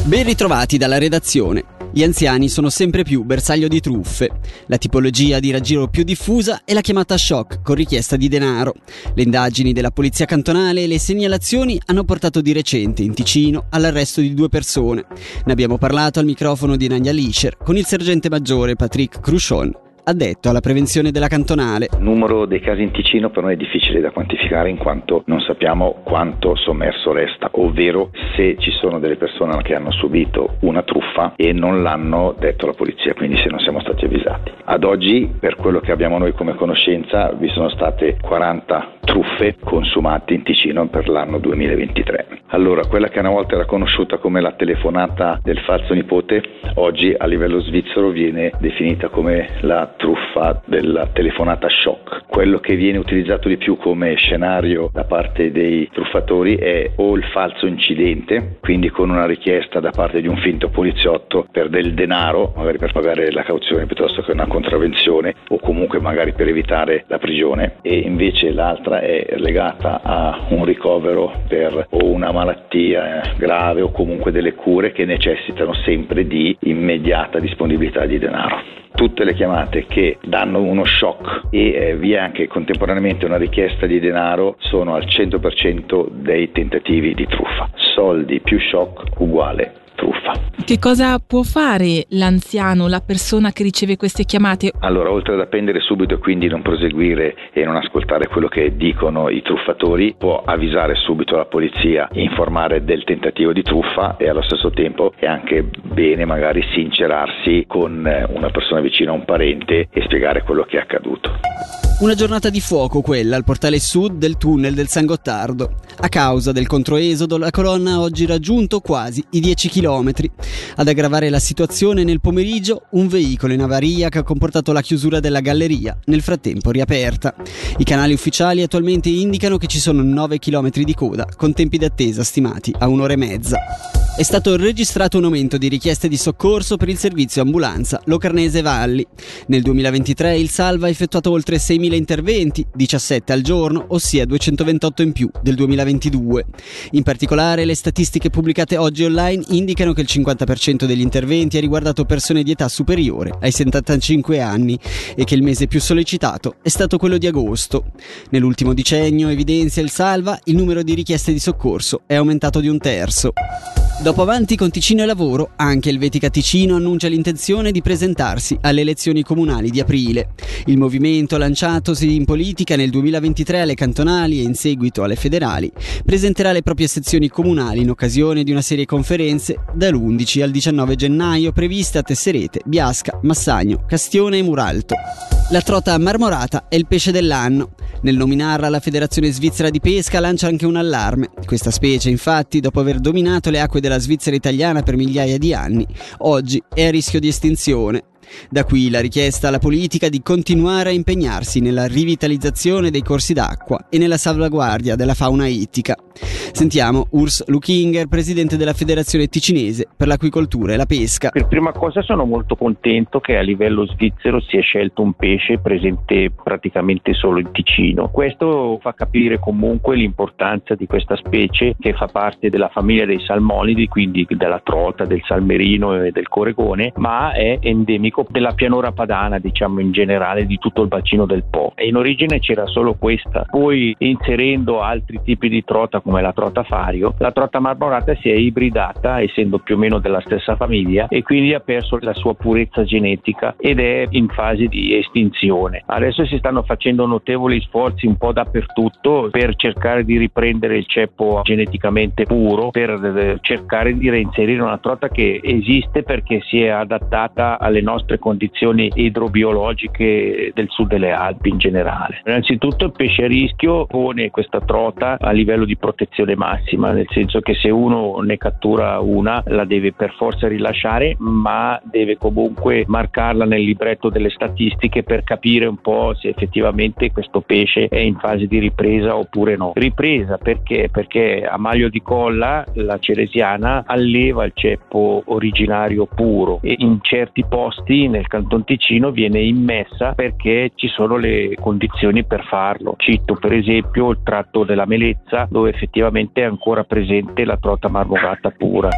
Ben ritrovati dalla redazione. Gli anziani sono sempre più bersaglio di truffe. La tipologia di raggiro più diffusa è la chiamata shock con richiesta di denaro. Le indagini della polizia cantonale e le segnalazioni hanno portato di recente in Ticino all'arresto di 2 persone. Ne abbiamo parlato al microfono di Naglia Lischer con il sergente maggiore Patrick Cruchon, addetto alla prevenzione della cantonale. Il numero dei casi in Ticino per noi è difficile da quantificare in quanto non sappiamo quanto sommerso resta, ovvero se ci sono delle persone che hanno subito una truffa e non l'hanno detto alla polizia, quindi se non siamo stati avvisati. Ad oggi, per quello che abbiamo noi come conoscenza, vi sono state 40 truffe consumate in Ticino per l'anno 2023. Allora, quella che una volta era conosciuta come la telefonata del falso nipote, oggi a livello svizzero viene definita come la truffa della telefonata shock. Quello che viene utilizzato di più come scenario da parte dei truffatori è o il falso incidente, quindi con una richiesta da parte di un finto poliziotto per del denaro, magari per pagare la cauzione piuttosto che una contravvenzione, o comunque magari per evitare la prigione, e invece l'altra è legata a un ricovero per o una malattia grave o comunque delle cure che necessitano sempre di immediata disponibilità di denaro. Tutte le chiamate che danno uno shock e vi è anche contemporaneamente una richiesta di denaro sono al 100% dei tentativi di truffa. Soldi più shock uguale truffa. Che cosa può fare l'anziano, la persona che riceve queste chiamate? Allora, oltre ad appendere subito e quindi non proseguire e non ascoltare quello che dicono i truffatori, può avvisare subito la polizia, informare del tentativo di truffa e allo stesso tempo è anche bene magari sincerarsi con una persona vicina a un parente e spiegare quello che è accaduto. Una giornata di fuoco quella al portale sud del tunnel del San Gottardo. A causa del controesodo la colonna ha oggi raggiunto quasi i 10 chilometri. Ad aggravare la situazione nel pomeriggio un veicolo in avaria che ha comportato la chiusura della galleria, nel frattempo riaperta. I canali ufficiali attualmente indicano che ci sono 9 chilometri di coda, con tempi d'attesa stimati a 1 ora e mezza. È stato registrato un aumento di richieste di soccorso per il servizio ambulanza Locarnese Valli. Nel 2023 il Salva ha effettuato oltre 6.000 interventi, 17 al giorno, ossia 228 in più del 2022. In particolare le statistiche pubblicate oggi online indicano che il 50% degli interventi ha riguardato persone di età superiore ai 75 anni e che il mese più sollecitato è stato quello di agosto. Nell'ultimo decennio, evidenzia il Salva, il numero di richieste di soccorso è aumentato di 1/3. Dopo avanti con Ticino e Lavoro, anche il Vetica Ticino annuncia l'intenzione di presentarsi alle elezioni comunali di aprile. Il movimento, lanciatosi in politica nel 2023 alle cantonali e in seguito alle federali, presenterà le proprie sezioni comunali in occasione di una serie di conferenze dall'11 al 19 gennaio previste a Tesserete, Biasca, Massagno, Castione e Muralto. La trota marmorata è il pesce dell'anno. Nel nominarla la Federazione Svizzera di Pesca lancia anche un allarme. Questa specie, infatti, dopo aver dominato le acque della Svizzera italiana per migliaia di anni, oggi è a rischio di estinzione. Da qui la richiesta alla politica di continuare a impegnarsi nella rivitalizzazione dei corsi d'acqua e nella salvaguardia della fauna ittica. Sentiamo Urs Lukinger, presidente della Federazione Ticinese per l'Aquicoltura e la Pesca. Per prima cosa sono molto contento che a livello svizzero si è scelto un pesce presente praticamente solo in Ticino. Questo fa capire comunque l'importanza di questa specie che fa parte della famiglia dei salmonidi, quindi della trota, del salmerino e del coregone, ma è endemico della pianura padana, diciamo in generale, di tutto il bacino del Po. E in origine c'era solo questa. Poi inserendo altri tipi di trota come la trota fario, la trota marmorata si è ibridata essendo più o meno della stessa famiglia e quindi ha perso la sua purezza genetica ed è in fase di estinzione. Adesso si stanno facendo notevoli sforzi un po' dappertutto per cercare di riprendere il ceppo geneticamente puro, per cercare di reinserire una trota che esiste perché si è adattata alle nostre condizioni idrobiologiche del sud delle Alpi in generale. Innanzitutto il pesce a rischio pone questa trota a livello di protezione massima, nel senso che se uno ne cattura una la deve per forza rilasciare, ma deve comunque marcarla nel libretto delle statistiche per capire un po' se effettivamente questo pesce è in fase di ripresa oppure no. Ripresa perché? Perché a Maglio di Colla la ceresiana alleva il ceppo originario puro e in certi posti nel Canton Ticino viene immessa perché ci sono le condizioni per farlo. Cito per esempio il tratto della Melezza, dove effettivamente è ancora presente la trota marmorata pura.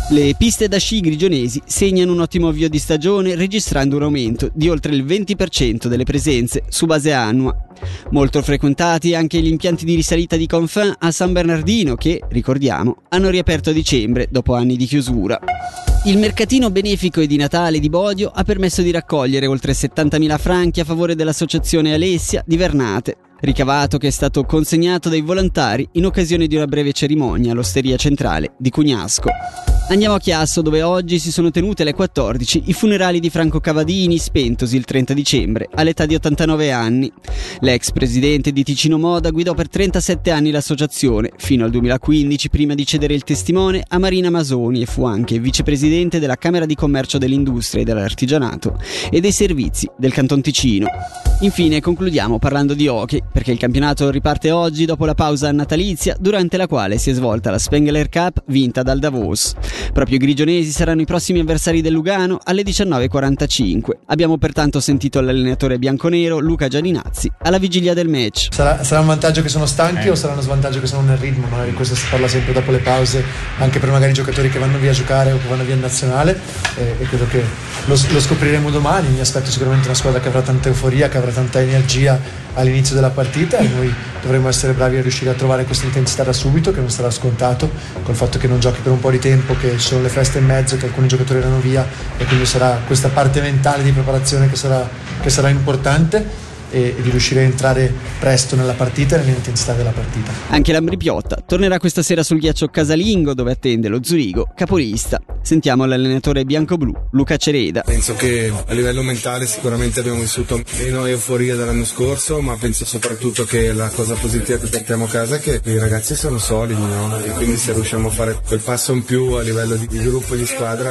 Le piste da sci grigionesi segnano un ottimo avvio di stagione, registrando un aumento di oltre il 20% delle presenze su base annua. Molto frequentati anche gli impianti di risalita di Confin a San Bernardino che, ricordiamo, hanno riaperto a dicembre dopo anni di chiusura. Il mercatino benefico e di Natale di Bodio ha permesso di raccogliere oltre 70.000 franchi a favore dell'associazione Alessia di Vernate, ricavato che è stato consegnato dai volontari in occasione di una breve cerimonia all'Osteria Centrale di Cugnasco. Andiamo a Chiasso, dove oggi si sono tenute alle 14 i funerali di Franco Cavadini, spentosi il 30 dicembre all'età di 89 anni. L'ex presidente di Ticino Moda guidò per 37 anni l'associazione, fino al 2015, prima di cedere il testimone a Marina Masoni, e fu anche vicepresidente della Camera di Commercio dell'Industria e dell'Artigianato e dei Servizi del Canton Ticino. Infine concludiamo parlando di hockey, perché il campionato riparte oggi dopo la pausa natalizia, durante la quale si è svolta la Spengler Cup vinta dal Davos. Proprio i grigionesi saranno i prossimi avversari del Lugano alle 19:45. Abbiamo pertanto sentito l'allenatore bianconero Luca Gianinazzi alla vigilia del match. Sarà un vantaggio che sono stanchi o sarà uno svantaggio che sono nel ritmo? Magari questo si parla sempre dopo le pause, anche per magari i giocatori che vanno via a giocare o che vanno via in nazionale, e credo che lo scopriremo domani. Mi aspetto sicuramente una squadra che avrà tanta euforia, che avrà tanta energia all'inizio della partita, e noi dovremo essere bravi a riuscire a trovare questa intensità da subito, che non sarà scontato, col fatto che non giochi per un po' di tempo, che ci sono le feste in mezzo, che alcuni giocatori erano via, e quindi sarà questa parte mentale di preparazione che sarà importante, e di riuscire a entrare presto nella partita e nell'intensità della partita. Anche l'Ambri Piotta tornerà questa sera sul ghiaccio casalingo, dove attende lo Zurigo capolista. Sentiamo l'allenatore bianco-blu Luca Cereda. Penso che a livello mentale sicuramente abbiamo vissuto meno euforia dell'anno scorso, ma penso soprattutto che la cosa positiva che portiamo a casa è che i ragazzi sono solidi, no? E quindi se riusciamo a fare quel passo in più a livello di gruppo e di squadra,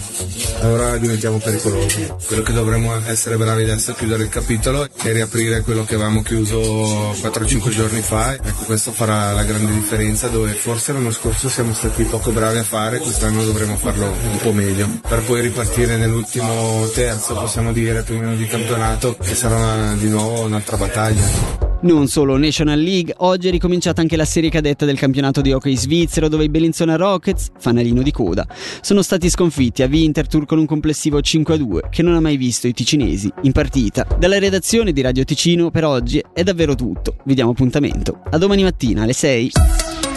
allora diventiamo pericolosi. Quello che dovremmo essere bravi adesso è chiudere il capitolo e riaprire quello che avevamo chiuso 4-5 giorni fa. Ecco, questo farà la grande differenza, dove forse l'anno scorso siamo stati poco bravi a fare, quest'anno dovremo farlo un po' meglio, per poi ripartire nell'ultimo terzo, possiamo dire, prima di campionato, che sarà di nuovo un'altra battaglia. Non solo National League, oggi è ricominciata anche la serie cadetta del campionato di hockey svizzero, dove i Bellinzona Rockets, fanalino di coda, sono stati sconfitti a Winterthur con un complessivo 5-2 che non ha mai visto i ticinesi in partita. Dalla redazione di Radio Ticino per oggi è davvero tutto. Vi diamo appuntamento a domani mattina alle 6.